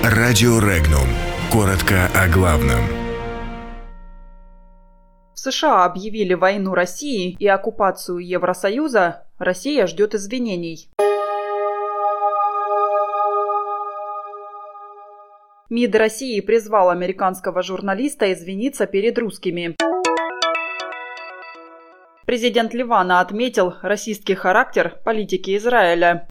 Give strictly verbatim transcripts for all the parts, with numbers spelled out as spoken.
Радио Регнум. Коротко о главном. В США объявили войну России и оккупацию Евросоюза. Россия ждет извинений. МИД России призвал американского журналиста извиниться перед русскими. Президент Ливана отметил расистский характер политики Израиля.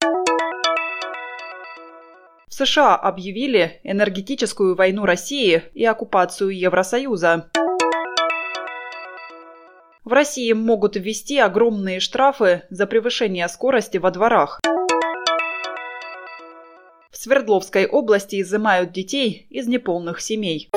В США объявили энергетическую войну России и оккупацию Евросоюза. В России могут ввести огромные штрафы за превышение скорости во дворах. В Свердловской области изымают детей из неполных семей.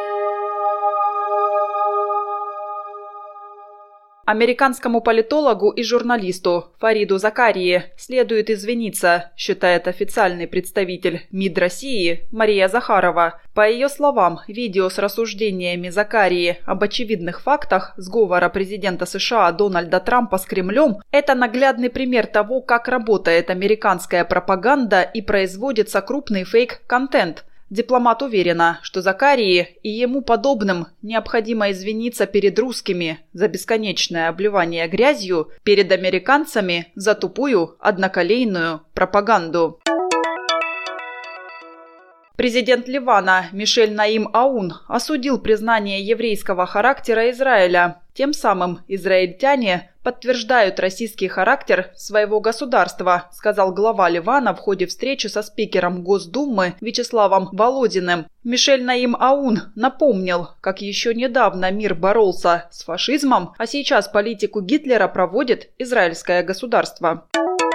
Американскому политологу и журналисту Фариду Закарии следует извиниться, считает официальный представитель МИД России Мария Захарова. По ее словам, видео с рассуждениями Закарии об очевидных фактах сговора президента США Дональда Трампа с Кремлем – это наглядный пример того, как работает американская пропаганда и производится крупный фейк-контент. Дипломат уверена, что Закарии и ему подобным необходимо извиниться перед русскими за бесконечное обливание грязью, перед американцами за тупую одноколейную пропаганду. Президент Ливана Мишель Наим Аун осудил признание еврейского характера Израиля. Тем самым израильтяне подтверждают российский характер своего государства, сказал глава Ливана в ходе встречи со спикером Госдумы Вячеславом Володиным. Мишель Наим Аун напомнил, как еще недавно мир боролся с фашизмом, а сейчас политику Гитлера проводит израильское государство.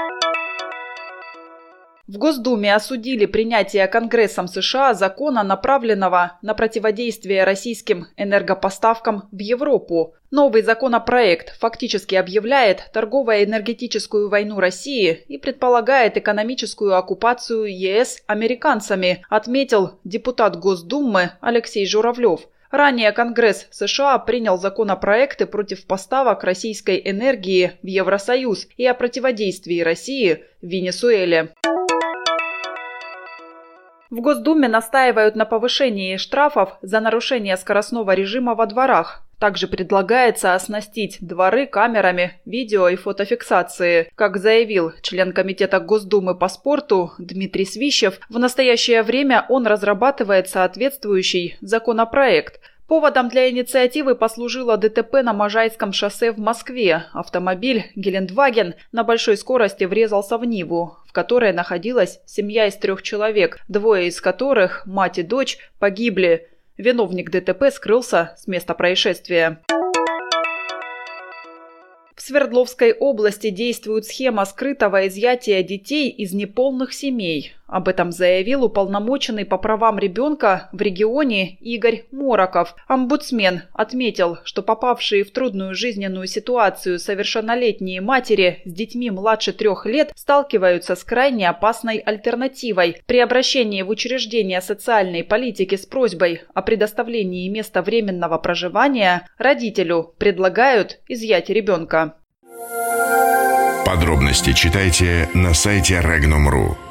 В Госдуме осудили принятие Конгрессом США закона, направленного на противодействие российским энергопоставкам в Европу. Новый законопроект фактически объявляет торгово-энергетическую войну России и предполагает экономическую оккупацию ЕС американцами, отметил депутат Госдумы Алексей Журавлев. Ранее Конгресс США принял законопроекты против поставок российской энергии в Евросоюз и о противодействии России в Венесуэле. В Госдуме настаивают на повышении штрафов за нарушение скоростного режима во дворах. Также предлагается оснастить дворы камерами видео и фотофиксации. Как заявил член Комитета Госдумы по спорту Дмитрий Свищев, в настоящее время он разрабатывает соответствующий законопроект. Поводом для инициативы послужило ДТП на Можайском шоссе в Москве. Автомобиль «Гелендваген» на большой скорости врезался в Ниву, в которой находилась семья из трех человек, двое из которых, мать и дочь, погибли. Виновник ДТП скрылся с места происшествия. В Свердловской области действует схема скрытого изъятия детей из неполных семей. Об этом заявил уполномоченный по правам ребенка в регионе Игорь Мороков. Омбудсмен отметил, что попавшие в трудную жизненную ситуацию совершеннолетние матери с детьми младше трех лет сталкиваются с крайне опасной альтернативой. При обращении в учреждение социальной политики с просьбой о предоставлении места временного проживания родителю предлагают изъять ребенка. Подробности читайте на сайте регнум точка ру.